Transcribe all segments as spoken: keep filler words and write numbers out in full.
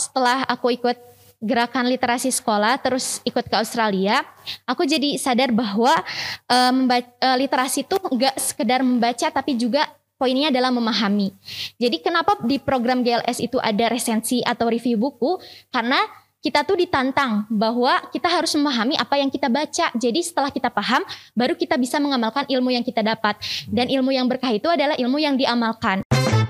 setelah aku ikut gerakan literasi sekolah terus ikut ke Australia, aku jadi sadar bahwa uh, membaca, uh, literasi itu nggak sekedar membaca tapi juga poinnya adalah memahami. Jadi kenapa di program G L S itu ada resensi atau review buku? Karena kita tuh ditantang bahwa kita harus memahami apa yang kita baca. Jadi setelah kita paham, baru kita bisa mengamalkan ilmu yang kita dapat. Dan ilmu yang berkah itu adalah ilmu yang diamalkan.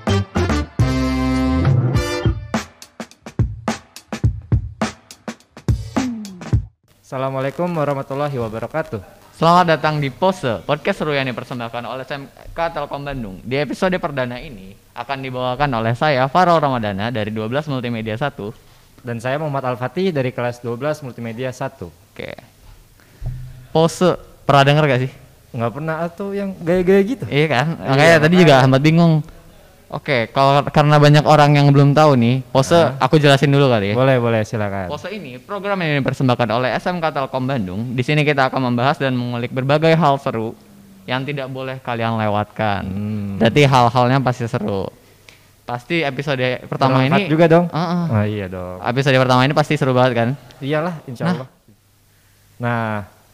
Assalamualaikum warahmatullahi wabarakatuh. Selamat datang di Pose, podcast seru yang dipersembahkan oleh S M K Telkom Bandung. Di episode perdana ini akan dibawakan oleh saya, Farol Ramadana dari dua belas Multimedia satu. Dan saya Muhammad Al-Fatih dari kelas dua belas Multimedia satu. Oke. Pose, pernah denger gak sih? Nggak pernah atau yang gaya-gaya gitu? Iya kan? Iya, Makanya tadi juga Ahmad bingung. Oke, kalau karena banyak orang yang belum tahu nih, Pose uh. aku jelasin dulu kali ya. Boleh, boleh, silakan. Pose ini program yang dipersembahkan oleh S M K Telkom Bandung. Di sini kita akan membahas dan mengulik berbagai hal seru yang tidak boleh kalian lewatkan. Hmm. Berarti hal-halnya pasti seru. Pasti episode pertama Berangkat ini juga dong. Uh-uh. Oh iya dong. Episode pertama ini pasti seru banget kan? Iyalah, insya Allah. Nah, nah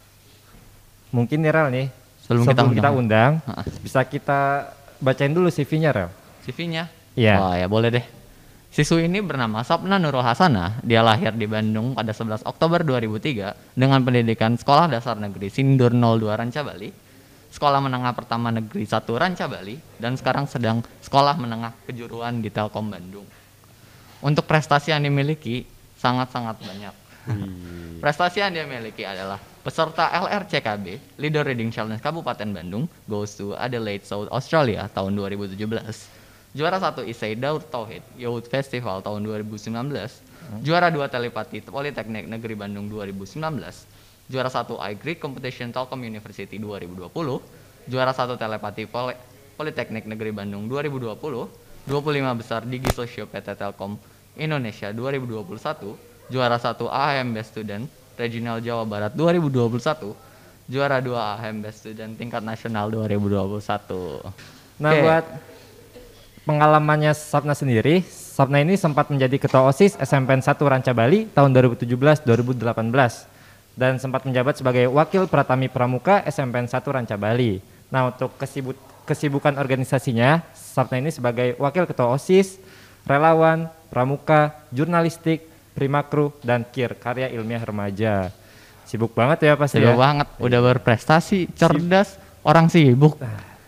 mungkin nih Rel nih, sebelum, sebelum kita kita undang, undang uh-uh. bisa kita bacain dulu C V-nya Rel. C V-nya? Iya. Wah ya boleh deh. Siswi ini bernama Sapna Nurul Hasanah. Dia lahir di Bandung pada sebelas Oktober dua ribu tiga dengan pendidikan Sekolah Dasar Negeri Sindur nol dua Ranca Bali, Sekolah Menengah Pertama Negeri satu Ranca Bali, dan sekarang sedang Sekolah Menengah Kejuruan di Telkom Bandung. Untuk prestasi yang dimiliki sangat-sangat banyak. Hmm. Prestasi yang dia miliki adalah peserta L R C K B Leader Reading Challenge Kabupaten Bandung goes to Adelaide, South Australia tahun dua ribu tujuh belas. Juara satu Isai Daud Tauhid Youth Festival tahun dua ribu sembilan belas. Hmm. Juara dua Telepati Politeknik Negeri Bandung dua ribu sembilan belas. Juara satu I Greek Competition Telkom University dua ribu dua puluh. Juara satu Telepati Poli- Politeknik Negeri Bandung dua ribu dua puluh. dua puluh lima besar Digi Sosio P T Telkom Indonesia dua ribu dua puluh satu. Juara satu A H M Best Student Regional Jawa Barat dua ribu dua puluh satu. Juara dua A H M Best Student tingkat nasional dua ribu dua puluh satu. Nah, okay. Buat pengalamannya Sapna sendiri, Sapna ini sempat menjadi ketua OSIS S M P N satu Ranca Bali tahun dua ribu tujuh belas dua ribu delapan belas dan sempat menjabat sebagai Wakil Pratami Pramuka S M P N satu Ranca Bali. Nah, untuk kesibuk, kesibukan organisasinya, Sapna ini sebagai Wakil Ketua OSIS, relawan, pramuka, jurnalistik, Primakru, dan K I R, Karya Ilmiah Remaja. Sibuk banget ya pasti ya? Sibuk banget, udah berprestasi, cerdas, Sib- orang sibuk.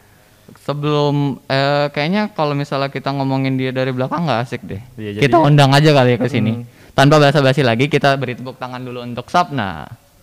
Sebelum, eh, kayaknya kalau misalnya kita ngomongin dia dari belakang gak asik deh. Ya, kita jadi, undang aja kali ya ke sini. Hmm. Tanpa basa-basi lagi, kita beri tepuk tangan dulu untuk Sapna.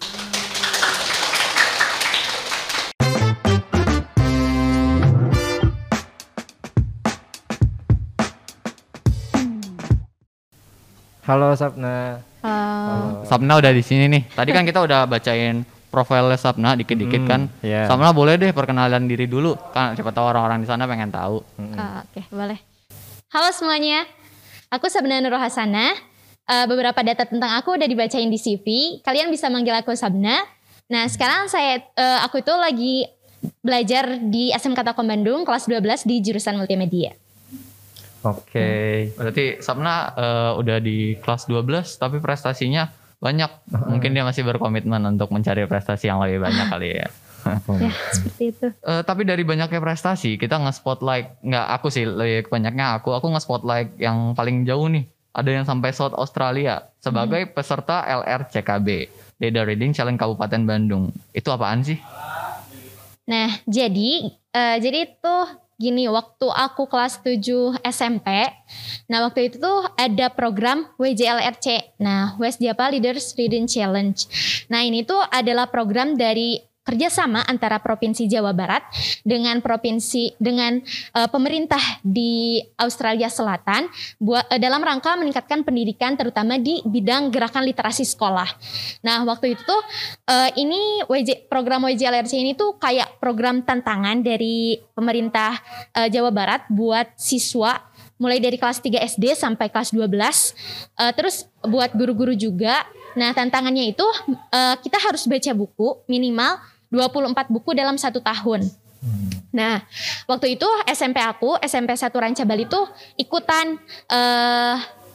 Halo Sapna. Halo. Halo. Sapna udah di sini nih. Tadi kan kita udah bacain profilnya Sapna dikit-dikit hmm, kan. Yeah. Sapna boleh deh perkenalan diri dulu. Kan siapa tahu orang-orang di sana pengen tahu. Hmm. Uh, Oke, okay, boleh. Halo semuanya. Aku Sapna Nurul Hasanah. Uh, beberapa data tentang aku udah dibacain di C V. Kalian bisa manggil aku Sapna. Nah, sekarang saya uh, aku itu lagi belajar di S M K Telkom Bandung kelas dua belas di jurusan Multimedia. Oke, okay. Berarti Sapna uh, udah di kelas dua belas tapi prestasinya banyak. Mungkin dia masih berkomitmen untuk mencari prestasi yang lebih banyak kali ya. Ya, seperti itu. Uh, tapi dari banyaknya prestasi, kita nge-spotlight, nggak aku sih, lebih banyaknya aku, aku nge-spotlight yang paling jauh nih. Ada yang sampai South Australia sebagai hmm. peserta L R C K B, Leader Reading Challenge Kabupaten Bandung. Itu apaan sih? Nah, jadi, uh, jadi itu gini, waktu aku kelas tujuh S M P, nah waktu itu tuh ada program W J L R C, nah West Java Leaders Reading Challenge. Nah ini tuh adalah program dari kerjasama antara Provinsi Jawa Barat dengan provinsi dengan uh, pemerintah di Australia Selatan buat uh, dalam rangka meningkatkan pendidikan terutama di bidang gerakan literasi sekolah. Nah waktu itu tuh uh, ini W J, program W J L R C ini tuh kayak program tantangan dari pemerintah uh, Jawa Barat buat siswa mulai dari kelas tiga S D sampai kelas dua belas, uh, terus buat guru-guru juga. Nah tantangannya itu uh, kita harus baca buku minimal dua puluh empat buku dalam satu tahun. Nah, waktu itu S M P aku, S M P satu Ranca Bali tuh ikutan uh,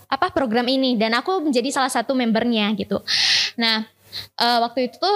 apa program ini dan aku menjadi salah satu membernya gitu. Nah, uh, waktu itu tuh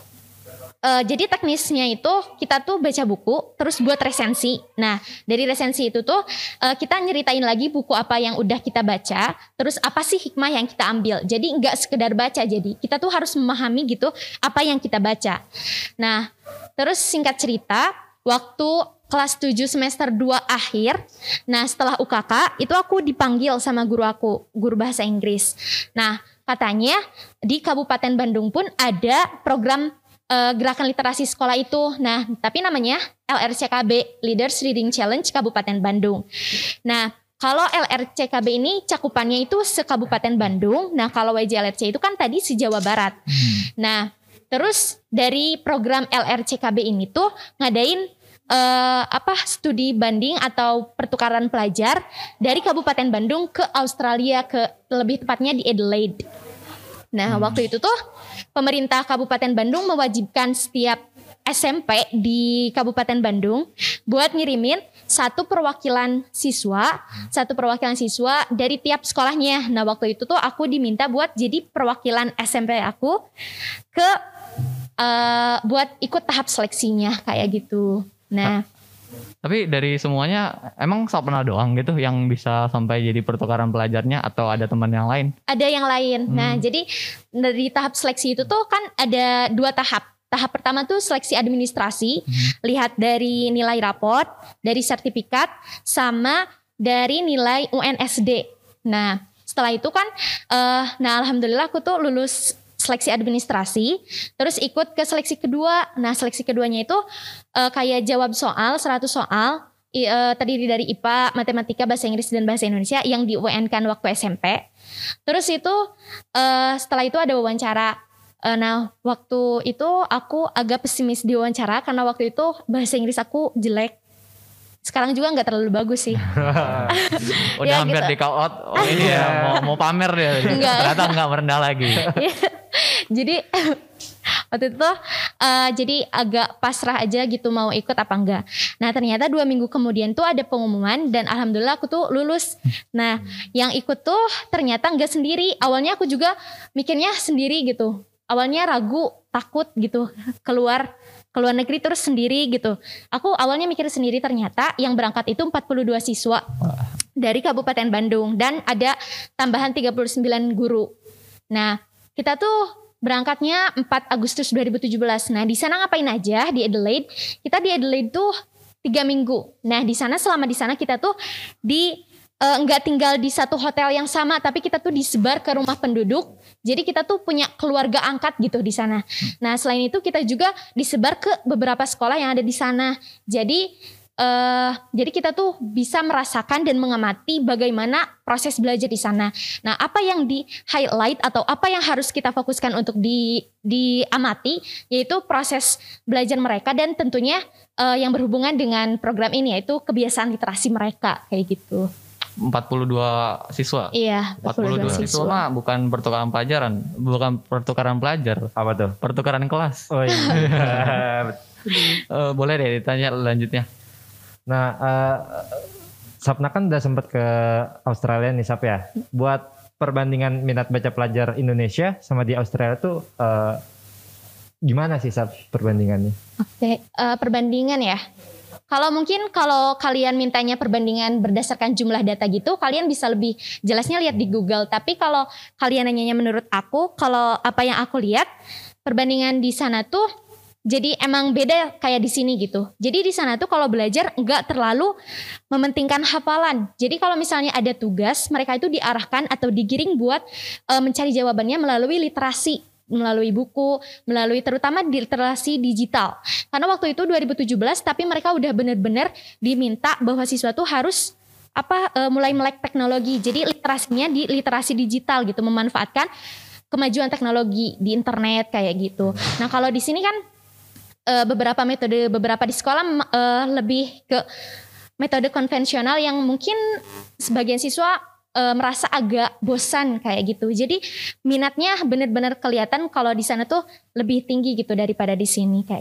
Uh, jadi teknisnya itu kita tuh baca buku terus buat resensi. Nah dari resensi itu tuh uh, kita nyeritain lagi buku apa yang udah kita baca, terus apa sih hikmah yang kita ambil. Jadi nggak sekedar baca, jadi kita tuh harus memahami gitu apa yang kita baca. Nah terus singkat cerita, waktu kelas tujuh semester dua akhir, nah setelah U K K itu aku dipanggil sama guru aku, guru bahasa Inggris. Nah katanya di Kabupaten Bandung pun ada program Uh, gerakan literasi sekolah itu. Nah, tapi namanya L R C K B, Leaders Reading Challenge Kabupaten Bandung. Nah, kalau L R C K B ini cakupannya itu se-Kabupaten Bandung. Nah, kalau W J L R C itu kan tadi se-Jawa Barat. Hmm. Nah, terus dari program L R C K B ini tuh ngadain uh, apa studi banding atau pertukaran pelajar dari Kabupaten Bandung ke Australia, ke lebih tepatnya di Adelaide. Nah, hmm. waktu itu tuh pemerintah Kabupaten Bandung mewajibkan setiap S M P di Kabupaten Bandung buat ngirimin satu perwakilan siswa, satu perwakilan siswa dari tiap sekolahnya. Nah, waktu itu tuh aku diminta buat jadi perwakilan S M P aku ke uh, buat ikut tahap seleksinya kayak gitu. Nah, tapi dari semuanya emang Sapna doang gitu yang bisa sampai jadi pertukaran pelajarnya atau ada teman yang lain? Ada yang lain. Hmm. Nah, jadi dari tahap seleksi itu tuh kan ada dua tahap. Tahap pertama tuh seleksi administrasi, hmm. lihat dari nilai raport, dari sertifikat, sama dari nilai U N S D. Nah, setelah itu kan, uh, nah alhamdulillah aku tuh lulus seleksi administrasi, terus ikut ke seleksi kedua. Nah, seleksi keduanya itu uh, kayak jawab soal, seratus soal, i, uh, terdiri dari I P A, matematika, bahasa Inggris, dan bahasa Indonesia yang di U N kan waktu S M P. Terus itu uh, setelah itu ada wawancara. Uh, nah, waktu itu aku agak pesimis di wawancara karena waktu itu bahasa Inggris aku jelek. Sekarang juga nggak terlalu bagus sih. Udah ya, hampir gitu. Di call out. Oh ini ya mau, mau pamer dia. Ternyata nggak merendah lagi. Jadi waktu itu uh, jadi agak pasrah aja gitu mau ikut apa enggak. Nah ternyata dua minggu kemudian tuh ada pengumuman dan alhamdulillah aku tuh lulus. Nah yang ikut tuh ternyata nggak sendiri. Awalnya aku juga mikirnya sendiri gitu. Awalnya ragu, takut gitu keluar keluar negeri terus sendiri gitu. Aku awalnya mikir sendiri, ternyata yang berangkat itu empat puluh dua siswa dari Kabupaten Bandung dan ada tambahan tiga puluh sembilan guru. Nah, kita tuh berangkatnya empat Agustus dua ribu tujuh belas. Nah, di sana ngapain aja di Adelaide? Kita di Adelaide tuh tiga minggu. Nah, di sana selama di sana kita tuh di uh, nggak tinggal di satu hotel yang sama, tapi kita tuh disebar ke rumah penduduk. Jadi kita tuh punya keluarga angkat gitu di sana. Nah, selain itu kita juga disebar ke beberapa sekolah yang ada di sana. Jadi uh, jadi kita tuh bisa merasakan dan mengamati bagaimana proses belajar di sana. Nah, apa yang di highlight atau apa yang harus kita fokuskan untuk di diamati yaitu proses belajar mereka dan tentunya uh, yang berhubungan dengan program ini yaitu kebiasaan literasi mereka kayak gitu. empat puluh dua siswa. Iya, empat puluh dua siswa. Siswa mah bukan pertukaran pelajaran, bukan pertukaran pelajar. Apa tuh? Pertukaran kelas. Oh iya. uh, boleh deh ditanya lanjutnya. Nah, uh, Sapna kan udah sempat ke Australia nih Sap ya. Buat perbandingan minat baca pelajar Indonesia sama di Australia tuh uh, gimana sih Sap perbandingannya? Oke, uh, perbandingan ya. Kalau mungkin kalau kalian mintanya perbandingan berdasarkan jumlah data gitu, kalian bisa lebih jelasnya lihat di Google. Tapi kalau kalian nanyanya menurut aku, kalau apa yang aku lihat, perbandingan di sana tuh jadi emang beda kayak di sini gitu. Jadi di sana tuh kalau belajar nggak terlalu mementingkan hafalan. Jadi kalau misalnya ada tugas, mereka itu diarahkan atau digiring buat e, mencari jawabannya melalui literasi. Melalui buku, melalui terutama literasi digital. Karena waktu itu dua ribu tujuh belas tapi mereka udah benar-benar diminta bahwa siswa tuh harus apa e, mulai melek teknologi. Jadi literasinya di literasi digital gitu, memanfaatkan kemajuan teknologi di internet kayak gitu. Nah, kalau di sini kan e, beberapa metode beberapa di sekolah e, lebih ke metode konvensional yang mungkin sebagian siswa E, merasa agak bosan kayak gitu. Jadi minatnya benar-benar kelihatan kalau di sana tuh lebih tinggi gitu daripada di sini kayak gitu.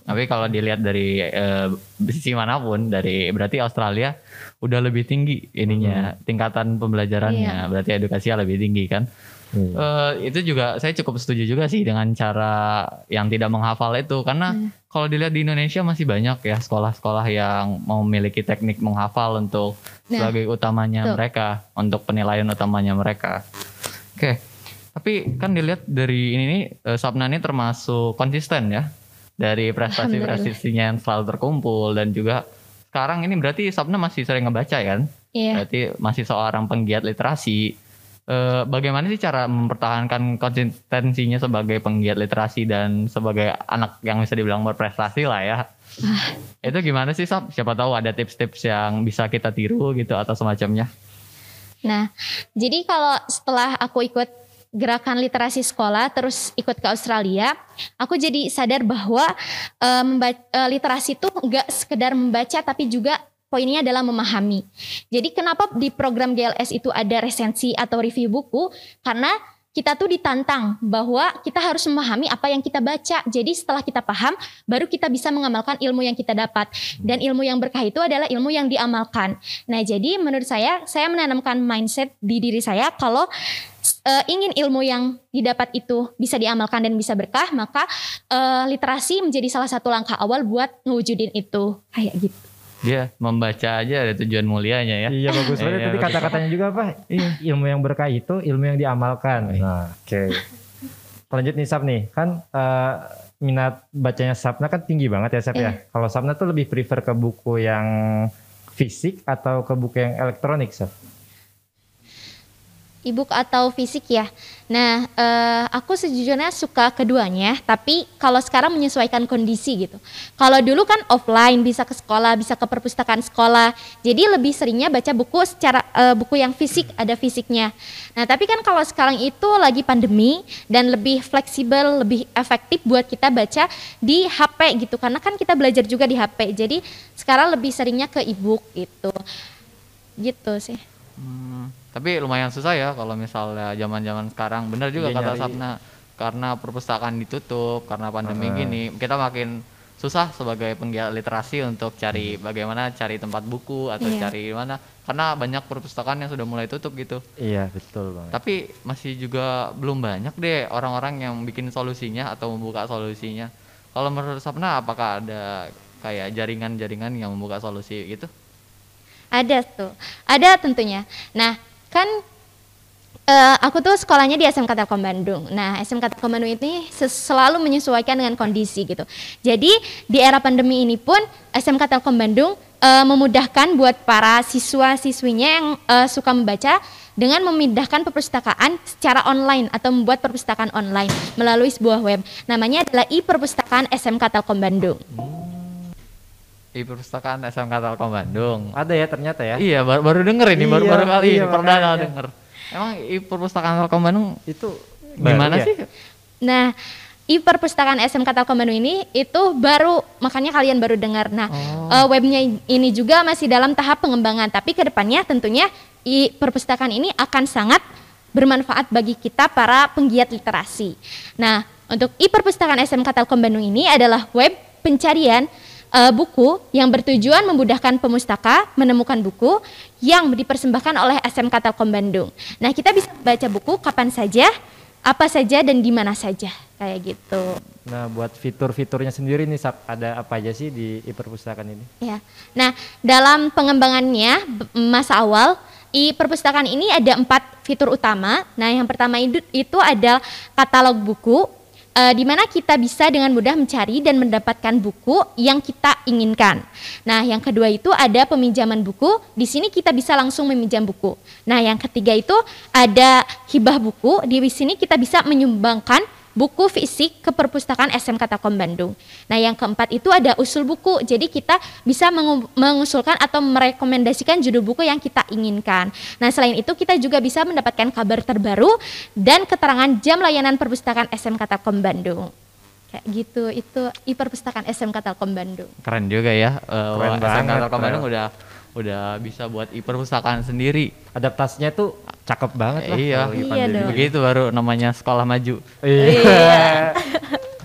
Tapi kalau dilihat dari eh, sisi manapun, dari berarti Australia udah lebih tinggi ininya, hmm. tingkatan pembelajarannya, iya. berarti edukasinya lebih tinggi kan. Hmm. Uh, itu juga saya cukup setuju juga sih dengan cara yang tidak menghafal itu, karena hmm. kalau dilihat di Indonesia masih banyak ya sekolah-sekolah yang memiliki teknik menghafal untuk nah, sebagai utamanya tuh. mereka, untuk penilaian utamanya mereka. Oke, okay. Tapi kan dilihat dari ini nih, uh, Sapna ini termasuk konsisten ya dari prestasi-prestasinya yang selalu terkumpul, dan juga sekarang ini berarti Sapna masih sering ngebaca kan? Yeah. Berarti masih seorang penggiat literasi. Uh, bagaimana sih cara mempertahankan konsistensinya sebagai penggiat literasi dan sebagai anak yang bisa dibilang berprestasi lah ya? Ah. Itu gimana sih Sab? Siapa tahu ada tips-tips yang bisa kita tiru gitu atau semacamnya. Nah, jadi kalau setelah aku ikut gerakan literasi sekolah terus ikut ke Australia, aku jadi sadar bahwa uh, membaca, uh, literasi itu enggak sekedar membaca tapi juga poinnya adalah memahami. Jadi kenapa di program G L S itu ada resensi atau review buku? Karena kita tuh ditantang bahwa kita harus memahami apa yang kita baca. Jadi setelah kita paham, baru kita bisa mengamalkan ilmu yang kita dapat. Dan ilmu yang berkah itu adalah ilmu yang diamalkan. Nah jadi menurut saya, saya menanamkan mindset di diri saya kalau uh, ingin ilmu yang didapat itu bisa diamalkan dan bisa berkah, maka uh, literasi menjadi salah satu langkah awal buat ngewujudin itu. Kayak gitu. Dia membaca aja ada tujuan mulianya ya. Iya bagus banget. Tadi kata-katanya juga apa? Ilmu yang berkah itu ilmu yang diamalkan. Nah, oke. Okay. Lanjut nih Sab nih. Kan uh, minat bacanya Sapna kan tinggi banget ya Sab ya. Kalau Sapna tuh lebih prefer ke buku yang fisik atau ke buku yang elektronik Sab? E-book atau fisik ya. Nah, eh, aku sejujurnya suka keduanya, tapi kalau sekarang menyesuaikan kondisi gitu. Kalau dulu kan offline, bisa ke sekolah, bisa ke perpustakaan sekolah. Jadi lebih seringnya baca buku secara eh, buku yang fisik, ada fisiknya. Nah, tapi kan kalau sekarang itu lagi pandemi dan lebih fleksibel, lebih efektif buat kita baca di H P gitu. Karena kan kita belajar juga di H P. Jadi sekarang lebih seringnya ke e-book gitu. Gitu sih. Hmm. Tapi lumayan susah ya kalau misalnya zaman-zaman sekarang. Benar juga dia kata nyari. Sapna, karena perpustakaan ditutup, karena pandemi uh. gini, kita makin susah sebagai penggiat literasi untuk cari bagaimana cari tempat buku atau yeah. cari mana, karena banyak perpustakaan yang sudah mulai tutup gitu. Iya betul banget. Tapi masih juga belum banyak deh orang-orang yang bikin solusinya atau membuka solusinya. Kalau menurut Sapna apakah ada kayak jaringan-jaringan yang membuka solusi gitu? Ada tuh, ada tentunya. Nah kan uh, aku tuh sekolahnya di S M K Telkom Bandung. Nah S M K Telkom Bandung ini selalu menyesuaikan dengan kondisi gitu. Jadi di era pandemi ini pun S M K Telkom Bandung uh, memudahkan buat para siswa-siswinya yang uh, suka membaca dengan memindahkan perpustakaan secara online atau membuat perpustakaan online melalui sebuah web. Namanya adalah e-perpustakaan S M K Telkom Bandung. E-perpustakaan S M K Telkom Bandung. Ada ya ternyata ya. Iya baru, baru denger ini, iya, baru baru kali iya, perdana denger. Emang e-perpustakaan Telkom Bandung itu gimana ya? sih? Nah, e-perpustakaan S M K Telkom Bandung ini itu baru, makanya kalian baru dengar. Nah, oh. uh, webnya ini juga masih dalam tahap pengembangan, tapi kedepannya tentunya e-perpustakaan ini akan sangat bermanfaat bagi kita para penggiat literasi. Nah, untuk e-perpustakaan S M K Telkom Bandung ini adalah web pencarian Uh, buku yang bertujuan memudahkan pemustaka menemukan buku yang dipersembahkan oleh S M K Telkom Bandung. Nah, kita bisa baca buku kapan saja, apa saja, dan di mana saja, kayak gitu. Nah, buat fitur-fiturnya sendiri nih, Sab, ada apa aja sih di e-perpustakaan ini? Ya. Nah, dalam pengembangannya masa awal, e-perpustakaan ini ada empat fitur utama. Nah, yang pertama itu, itu ada katalog buku, Uh, di mana kita bisa dengan mudah mencari dan mendapatkan buku yang kita inginkan. Nah, yang kedua itu ada peminjaman buku. Di sini kita bisa langsung meminjam buku. Nah, yang ketiga itu ada hibah buku. Di sini kita bisa menyumbangkan buku fisik ke perpustakaan S M K Telkom Bandung. Nah, yang keempat itu ada usul buku. Jadi kita bisa mengusulkan atau merekomendasikan judul buku yang kita inginkan. Nah, selain itu kita juga bisa mendapatkan kabar terbaru dan keterangan jam layanan perpustakaan S M K Telkom Bandung. Kayak gitu, itu e-perpustakaan S M K Telkom Bandung. Keren juga ya. Uh, Keren S M K Telkom Bandung udah udah bisa buat e-perpustakaan sendiri. Adaptasinya tuh cakep banget lah. Iya, iya dong. Begitu baru namanya sekolah maju. Iya.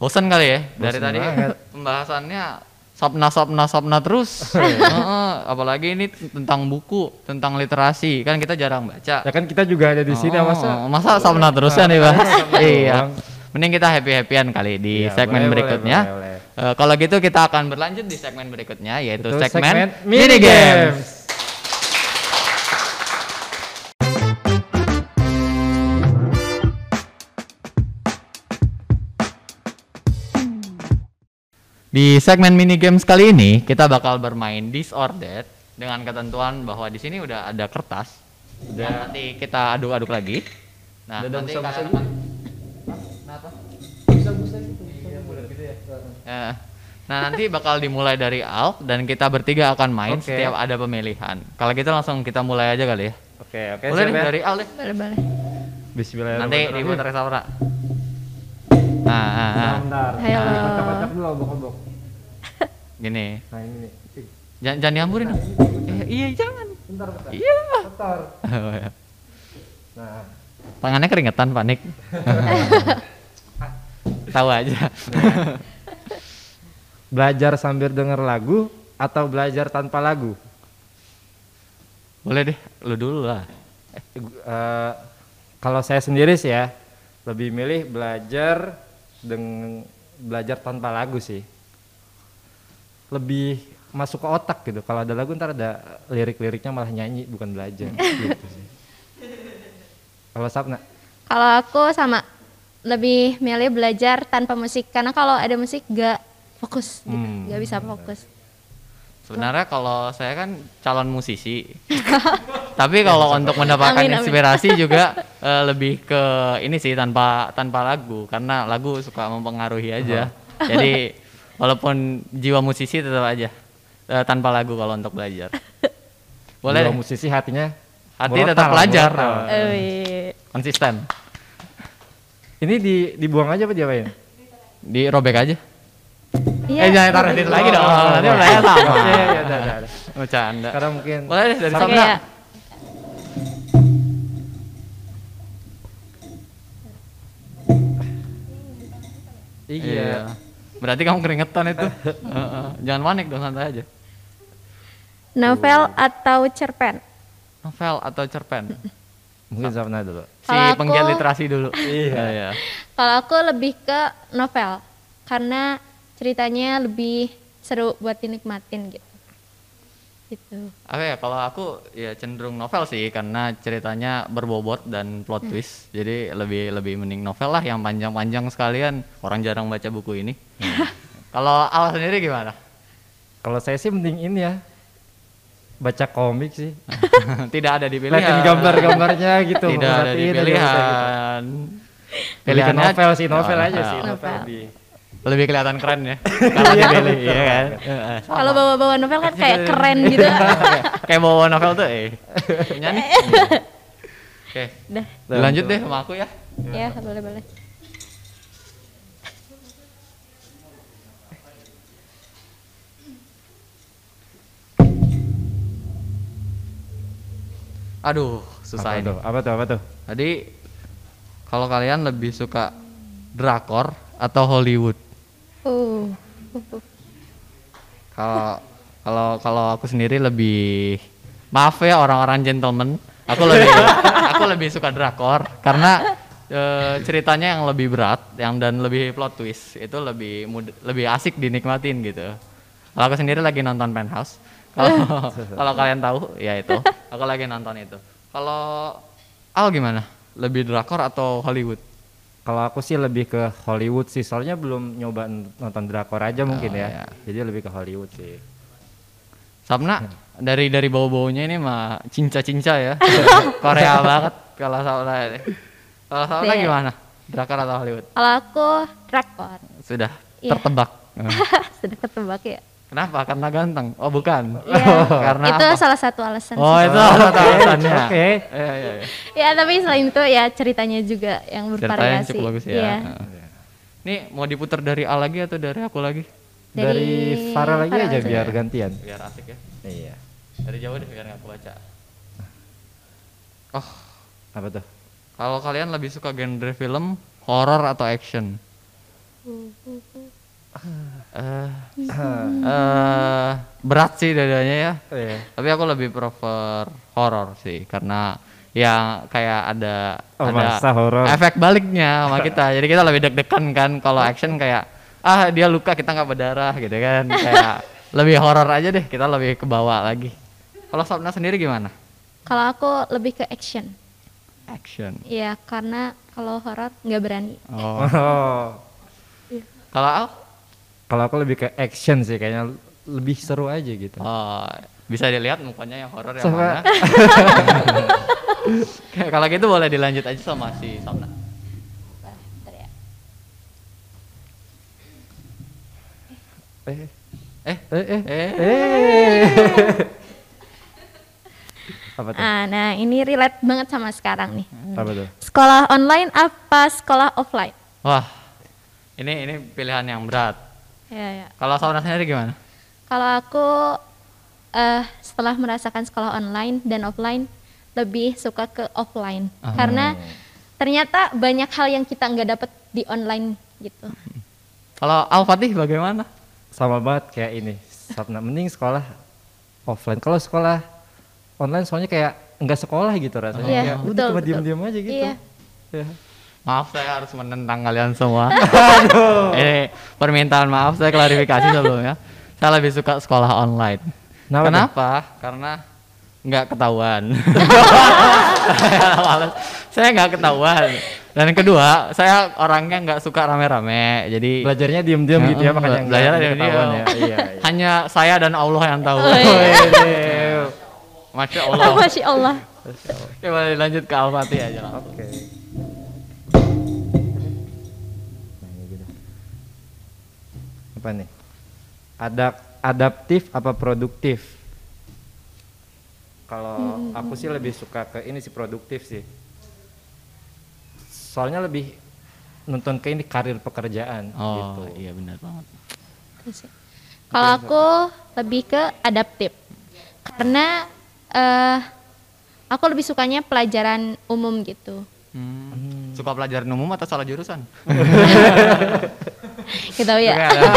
Bosan kali ya dari Bosen tadi banget. pembahasannya sopna sopna sopna terus. Heeh, apalagi ini tentang buku, tentang literasi. Kan kita jarang baca. Ya kan kita juga ada di sini Oh, masa. masa sopna terus ya nih, Bang? Iya. doang. Mending kita happy-happyan kali di Iya, segmen boleh, berikutnya. boleh, boleh, Eh, kalau gitu kita akan berlanjut di segmen berikutnya yaitu Itu segmen, mini mini games. games. Di segmen mini games kali ini kita bakal bermain This or That dengan ketentuan bahwa di sini udah ada kertas. Dan nanti kita aduk-aduk lagi. Nah, Udah ada nanti busa-busa kalian gitu? akan- Hah? Kenapa? Bisa-bisa gitu. Iya, bulat gitu ya. Ya. Nah, nanti bakal dimulai dari Al dan kita bertiga akan main Oke. setiap ada pemilihan. Kalau gitu langsung kita mulai aja kali ya. Oke, oke. Boleh siap deh ya. dari Al deh. Boleh boleh. Nanti Bismillahirrahmanirrahim. diputar Saura. Nah, nah, nah. Bentar. Ayo. Kocok-kocok dulu obok-obok. Gini. Nah, ini nih. Ih, Jangan, jangan dihamburin. Eh, iya, jangan. bentar, bentar. Iya. Bentar. Nah, Tangannya keringetan, panik. Tahu aja. belajar sambil denger lagu atau belajar tanpa lagu? Boleh deh, lu dulu lah. Eh, kalau saya sendiri sih ya, lebih milih belajar dengan belajar tanpa lagu sih. Lebih masuk ke otak gitu. Kalau ada lagu ntar ada lirik-liriknya malah nyanyi bukan belajar gitu sih. Kalau Sapna? Kalau aku sama lebih milih belajar tanpa musik karena kalau ada musik gak fokus gitu, Hmm. gak bisa fokus. Sebenarnya kalau saya kan calon musisi. Tapi kalau untuk mendapatkan Amin, amin. inspirasi juga eh, lebih ke ini sih tanpa tanpa lagu karena lagu suka mempengaruhi aja. Jadi walaupun jiwa musisi tetap aja eh, tanpa lagu kalau untuk belajar. Boleh Jiwa deh. musisi hatinya Hati murotal, tetap belajar. murotal. Eh, wih. Konsisten. Ini di, dibuang aja apa diapain? Dirobek aja. Iya. Eh jangan taruh situ lagi dong. Oh, Nanti oh, mulai sama. Iya, iya, udah, udah, udah. Bercanda. Karena mungkin Boleh deh dari Oke Sabna. ya. iya. Berarti kamu keringetan itu. Heeh. Jangan panik dong, santai aja. Novel atau cerpen? Novel atau cerpen? Mungkin Sapna dulu. Si Kalau aku- penggiat literasi dulu. Iya. iya. Kalau aku lebih ke novel karena ceritanya lebih seru buat dinikmatin gitu. Gitu. Oke ya, kalau aku ya cenderung novel sih karena ceritanya berbobot dan plot twist. Jadi lebih lebih mending novel lah yang panjang-panjang sekalian. Orang jarang baca buku ini. Kalau Al sendiri gimana? Kalau saya sih mending ini ya, baca komik sih. Tidak ada di pilihan. Liatin gambar-gambarnya gitu. Tidak ada di merhatiin aja udah gitu. pilihan. Lebih ke Pilihannya novel sih, novel Oh, aja oh. sih, novel Novel. lebih. Lebih kelihatan keren ya. Kalau dipilih, iya kan? Heeh. Kalau bawa-bawa novel kan kayak keren gitu. Kayak bawa novel tuh eh. Nyanyi. Oke. Udah. Lanjut deh sama aku ya. Ya, boleh-boleh. Aduh, susah Apa ini. tuh? Apa tuh? Apa tuh? Tadi kalau kalian lebih suka drakor atau Hollywood? Uh. Kalau kalau kalau aku sendiri lebih maaf ya orang-orang gentleman, aku lebih aku lebih suka drakor karena e, ceritanya yang lebih berat, yang dan lebih plot twist itu lebih mud- lebih asik dinikmatin gitu. Kalau aku sendiri lagi nonton Penthouse. Kalau kalau kalian tahu ya itu, aku lagi nonton itu. Kalau Al gimana? Lebih drakor atau Hollywood? Kalau aku sih lebih ke Hollywood sih, soalnya belum nyoba n- nonton drakor aja mungkin Oh, ya. iya. Jadi lebih ke Hollywood sih. Sapna dari dari bau-baunya ini mah cinca-cinca ya. Korea banget kalau Sapna ini. Kalau Sapna Deh. gimana? Drakor atau Hollywood? Kalau aku drakor. Sudah Iya. tertebak. Sudah ketebak ya. Kenapa? Karena ganteng. Oh, bukan. Iya. Karena Itu apa? salah satu alasan. Oh, sih. itu satu alasannya. Oke. Iya, iya, iya. Ya, tapi selain itu ya ceritanya juga yang Ceritanya bervariasi. cukup bagus ya. Iya. Heeh. Nih, mau diputar dari Al lagi atau dari aku lagi? Dari Dari Farah lagi Farah aja aja. biar gantian. Biar asik ya. Iya. Dari jauh deh biar nggak kebaca. Oh, Apa tuh? kalau kalian lebih suka genre film, horor atau action? Eh, eh, berat sih dua-duanya ya. Iya. Tapi aku lebih prefer horor sih karena ya kayak ada Oh, ada masa horor? efek baliknya sama kita. Jadi kita lebih deg-degan kan. Kalau action kayak ah dia luka kita nggak berdarah gitu kan. Kayak lebih horor aja deh. Kita lebih ke bawah lagi. Kalau Sapna sendiri gimana? Kalau aku lebih ke action. Action. Iya, karena kalau horor nggak berani. Oh. Oh. Kalau Al? Kalau aku lebih ke action sih, kayaknya lebih seru aja gitu. Oh, bisa dilihat mukanya yang horor yang Sama- mana. Oke, kalau gitu boleh dilanjut aja sama si Sapna. Bentar ya. Eh, Eh, eh, eh, eh. eh. Apa tuh? Ah, nah ini relate banget sama sekarang nih. Apa tuh? Sekolah online apa sekolah offline? Wah, ini ini pilihan yang berat. Ya, ya. Kalau Sapna sendiri gimana? Kalau aku eh setelah merasakan sekolah online dan offline lebih suka ke offline Ah. karena ternyata banyak hal yang kita nggak dapet di online gitu. Kalau Al Fatih bagaimana? Sama banget kayak ini. Sapna mending sekolah offline. Kalau sekolah online soalnya kayak enggak sekolah gitu rasanya. Iya, Kayak udah betul, cuma betul. diem-diem aja gitu. Iya. Ya. Maaf saya harus menentang kalian semua. Ini permintaan maaf saya klarifikasi sebelumnya. Saya lebih suka sekolah online. Kenapa tuh? Kenapa? Karena nggak ketahuan. Saya males. Saya nggak ketahuan. Dan kedua, saya orangnya nggak suka rame-rame. Jadi Belajarnya diem-diem gitu ya, Heeh, makanya enggak belajarnya diem-diem. ketahuan ya. Iya, iya. hanya saya dan Allah yang tahu. Oh, iya. Masya Allah. Masya Allah. Oke, boleh lanjut ke Al-Fatih aja langsung. Oke. Nah, ini gitu. Apa nih? Ada adaptif apa produktif? Kalau aku sih lebih suka ke ini sih, produktif sih. Soalnya lebih nonton ke ini karir pekerjaan Oh gitu. iya benar banget. Kalau aku lebih ke adaptif karena eh aku lebih sukanya pelajaran umum gitu. Hmm. Suka pelajaran umum atau salah jurusan? Gitu ya.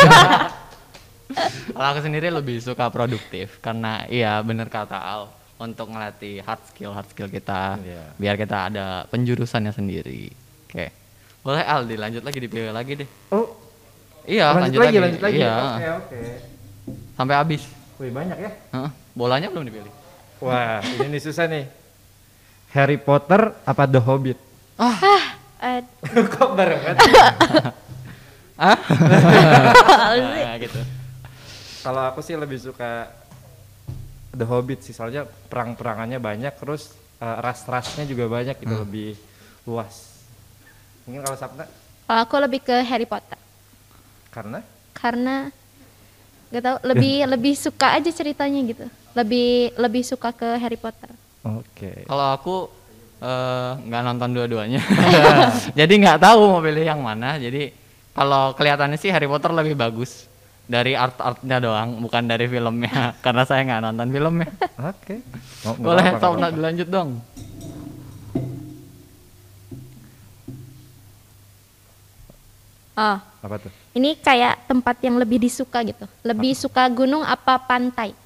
Kalau aku sendiri lebih suka produktif karena iya bener kata Al untuk ngelatih hard skill hard skill kita Iya. biar kita ada penjurusannya sendiri. Oke, boleh Al dilanjut lagi dipilih lagi deh. Oh, Iya lanjut, lagi, lanjut lagi. Iya Oke, oke. sampai habis. Wih, banyak ya. Heeh, bolanya belum dipilih. Wah, ini nih susah nih. Harry Potter apa The Hobbit? Eh, Kok barengan? Nah, gitu. Kalau aku sih lebih suka The Hobbit sih, soalnya perang-perangannya banyak, terus eh, ras-rasnya juga banyak gitu, lebih luas. Mungkin kalau Sapna kalau aku lebih ke Harry Potter karena karena gak tau lebih lebih suka aja ceritanya gitu. Lebih lebih suka ke Harry Potter. oke. Kalau aku eh, nggak nonton dua-duanya, jadi nggak tahu mau pilih yang mana. Jadi kalau kelihatannya sih Harry Potter lebih bagus dari art-artnya doang, bukan dari filmnya. Karena saya nggak nonton filmnya. Oke. Oh, nggak Boleh, apa-apa, nggak Sapna apa-apa. dilanjut dong. Oh, Apa tuh? ini kayak tempat yang lebih disuka gitu. Lebih suka gunung apa pantai?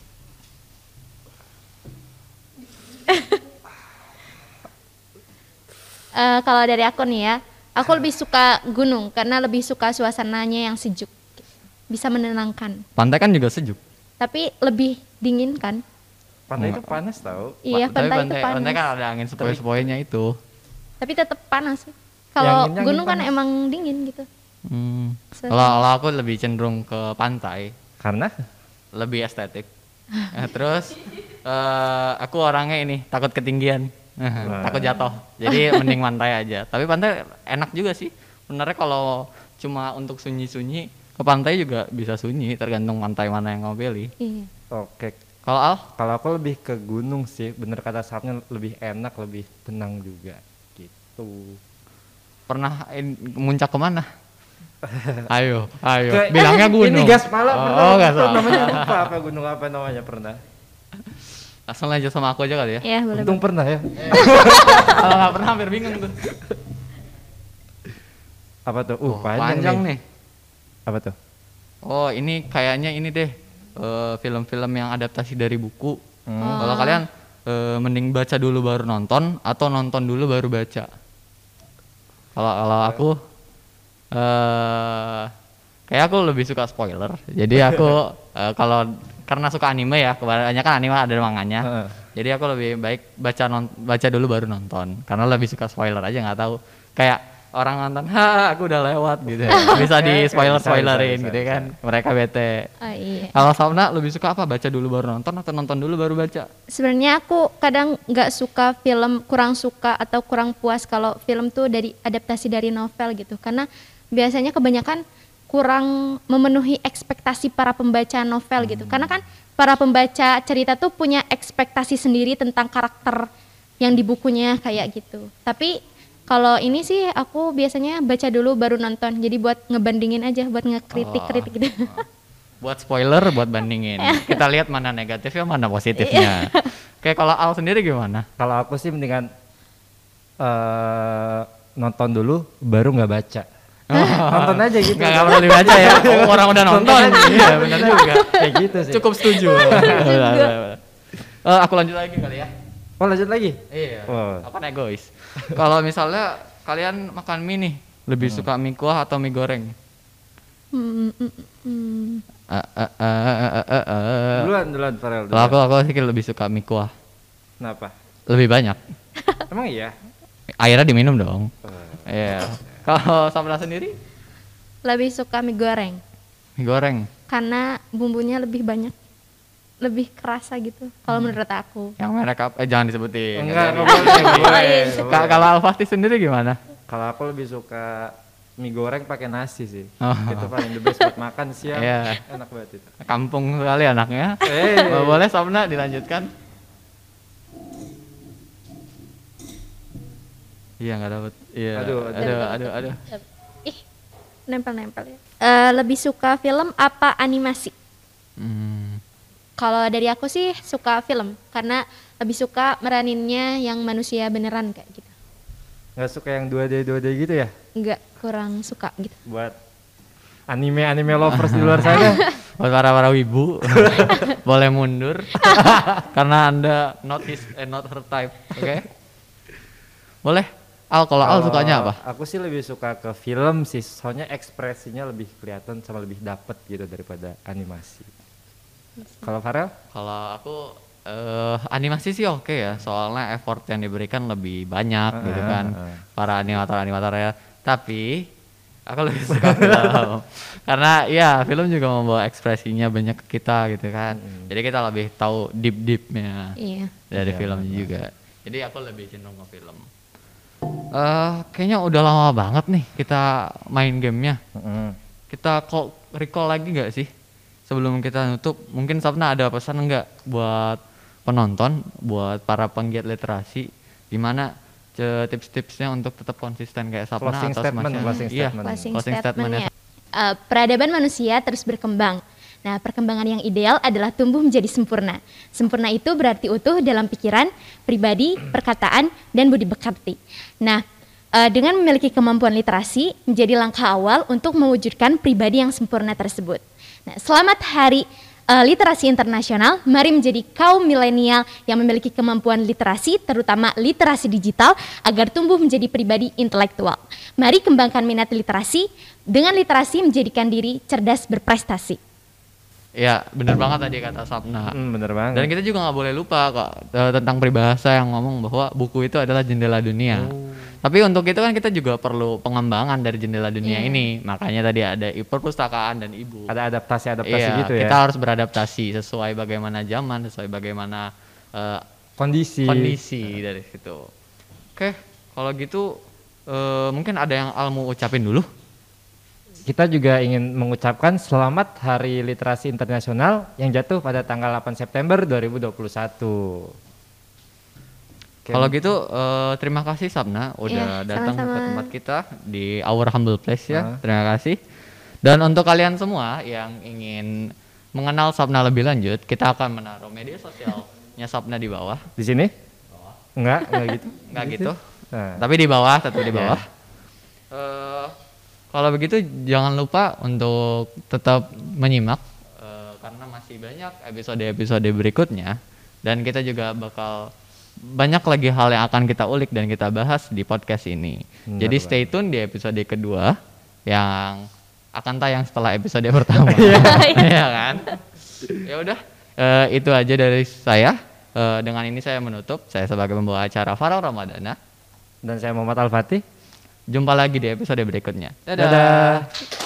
Eh, kalau dari aku nih ya, aku lebih suka gunung karena lebih suka suasananya yang sejuk, bisa menenangkan. Pantai kan juga sejuk. Tapi lebih dingin kan? Pantai itu panas tau. Iya, Tapi pantai, itu pantai, panas. pantai kan ada angin sepoi-sepoinya itu. Tapi tetap panas. Kalau Yang ini angin gunung kan panas. emang dingin gitu. Hmm. Se- Kalau kalau aku lebih cenderung ke pantai, Karena lebih estetik. Eh, terus eh, aku orangnya ini takut ketinggian, takut jatuh. Jadi mending pantai aja. Tapi pantai enak juga sih. Sebenarnya kalau cuma untuk sunyi-sunyi ke pantai juga bisa sunyi, tergantung pantai mana yang mau pilih. Iya. oke. Kalau Al, Kalau aku lebih ke gunung sih, bener kata Sapnya, lebih enak, lebih tenang juga gitu. pernah in- muncak kemana? Ayo, ayo. Ke- Bilangnya eh, gunung. Ini gas pala Oh, pernah. oh, gas Lupa pala. namanya lupa apa gunung apa namanya pernah. Langsung lanjut sama aku aja kali ya. Ya, boleh. Untung pernah ya. Kalau nggak pernah hampir bingung tuh. Apa tuh? Uh, Oh, panjang, panjang nih. nih. Apa tuh? Oh, ini kayaknya ini deh eh, film-film yang adaptasi dari buku. Hmm. Kalau kalian eh, mending baca dulu baru nonton atau nonton dulu baru baca. Kalau kalau aku eh kayak aku lebih suka spoiler. Jadi aku eh, kalau karena suka anime ya, kebanyakan anime ada manganya. Heeh. Jadi aku lebih baik baca non, baca dulu baru nonton karena lebih suka spoiler aja, nggak tahu kayak orang nonton, ha aku udah lewat gitu ya. Bisa di spoiler spoilerin Bisa, bisa, gitu bisa, kan, mereka bete. Oh iya. Kalau Samna lebih suka apa, baca dulu baru nonton atau nonton dulu baru baca? Sebenarnya aku kadang nggak suka film, kurang suka atau kurang puas kalau film tuh dari adaptasi dari novel gitu, karena biasanya kebanyakan kurang memenuhi ekspektasi para pembaca novel gitu, karena kan para pembaca cerita tuh punya ekspektasi sendiri tentang karakter yang di bukunya kayak gitu. Tapi kalau ini sih aku biasanya baca dulu baru nonton, jadi buat ngebandingin aja, buat ngekritik-kritik gitu. Buat spoiler, buat bandingin. Kita lihat mana negatifnya, mana positifnya. Kayak kalau Al sendiri gimana? Kalau aku sih mendingan eh nonton dulu baru nggak baca. Nonton aja gitu. Nggak nggak perlu dibaca ya. Oh, orang udah nonton. Iya benar juga. Kayak gitu sih. Cukup setuju. Benar, benar, benar. Eh, aku lanjut lagi kali ya. Oh lanjut lagi? Iya. Oh. Apa egois? Kalau misalnya kalian makan mie nih, lebih suka mie kuah atau mie goreng? Hmm, mm, mm. Eh, eh, eh, eh, eh, eh. Duluan, duluan Farel. Kalau aku aku sih lebih suka mie kuah. Kenapa? Lebih banyak. Emang iya? Airnya diminum dong. Oh. Iya. Kalau Samra sendiri? Lebih suka mie goreng Mie goreng. karena bumbunya lebih banyak, lebih kerasa gitu. Kalau menurut aku. Yang merek apa? Eh jangan disebutin. Enggak, Nggak enggak jadi. boleh, enggak boleh. iya. Nggak Ka- boleh. Kalau Alfasti sendiri gimana? Kalau aku lebih suka mie goreng pakai nasi sih. Oh. Itu paling the best buat makan siang. Iya. Enak banget itu. Kampung sekali anaknya. Eh. Boleh Samna dilanjutkan? Iya nggak dapet. Iya. Aduh, aduh, aduh. aduh, aduh. Ih, nempel-nempel ya. Eh, lebih suka film apa animasi? Hmm. Kalau dari aku sih suka film, karena lebih suka meraninnya yang manusia beneran kayak gitu. Nggak suka yang dua D dua D gitu ya? Enggak, kurang suka gitu. Buat anime-anime lovers di luar sana. Buat para para wibu boleh mundur karena anda not his eh, not her type. Oke. Boleh. Al, kalau Al Kalau sukanya apa? Aku sih lebih suka ke film sih, soalnya ekspresinya lebih kelihatan sama lebih dapet gitu daripada animasi. Kalau Farel? Kalau aku eh animasi sih oke ya, soalnya effort yang diberikan lebih banyak Uh, gitu uh, kan, uh. para animator-animator ya. Tapi aku lebih suka film, karena ya film juga membawa ekspresinya banyak ke kita gitu kan. Jadi kita lebih tahu deep deepnya Iya. dari Iya, film benar. juga. Jadi aku lebih cenderung ke film. Eh kayaknya udah lama banget nih kita main gamenya. Mm-mm. Kita kok recall lagi nggak sih sebelum kita nutup? Mungkin Sapna ada pesan nggak buat penonton, buat para penggiat literasi, gimana ce- tips-tipsnya untuk tetap konsisten kayak Sapna Closing atau statement, semacam- closing iya, statement. Closing closing statementnya. statementnya. Eh, peradaban manusia terus berkembang. Nah, perkembangan yang ideal adalah tumbuh menjadi sempurna. Sempurna itu berarti utuh dalam pikiran, pribadi, perkataan, dan budi pekerti. Nah, eh, dengan memiliki kemampuan literasi menjadi langkah awal untuk mewujudkan pribadi yang sempurna tersebut. Nah, selamat Hari eh, Literasi Internasional. Mari menjadi kaum milenial yang memiliki kemampuan literasi, terutama literasi digital, agar tumbuh menjadi pribadi intelektual. Mari kembangkan minat literasi. Dengan literasi menjadikan diri cerdas berprestasi. Ya bener banget tadi kata Sapna. Hmm, bener banget. Dan kita juga nggak boleh lupa kok eh, tentang peribahasa yang ngomong bahwa buku itu adalah jendela dunia. Oh. Tapi untuk itu kan kita juga perlu pengembangan dari jendela dunia Iya. ini. Makanya tadi ada i- perpustakaan dan e-book. Ada adaptasi-adaptasi Iya, gitu ya. kita harus beradaptasi sesuai bagaimana zaman, sesuai bagaimana eh, Kondisi. kondisi dari situ. Oke, kalau gitu eh, mungkin ada yang Al mau ucapin dulu. Kita juga ingin mengucapkan selamat Hari Literasi Internasional yang jatuh pada tanggal delapan September dua ribu dua puluh satu. Oke. Kalau gitu eh, terima kasih Sapna udah Iya, datang ke sama-sama. tempat kita di Our Humble Place ya. Ah. Terima kasih. Dan untuk kalian semua yang ingin mengenal Sapna lebih lanjut, kita akan menaruh media sosialnya Sapna di bawah. Di sini? Enggak, enggak gitu. Enggak gitu. Nah, Tapi di bawah, tetap di Iya. bawah. Eh, Kalau begitu jangan lupa untuk tetap menyimak uh, karena masih banyak episode-episode berikutnya dan kita juga bakal banyak lagi hal yang akan kita ulik dan kita bahas di podcast ini. Benar, jadi stay tune di episode kedua yang akan tayang setelah episode pertama. Iya kan? Ya udah, uh, itu aja dari saya. Uh, dengan ini saya menutup. Saya sebagai pembawa acara Farel Ramadana dan saya Muhammad Al-Fatih. Jumpa lagi di episode berikutnya. Dadah. Dadah.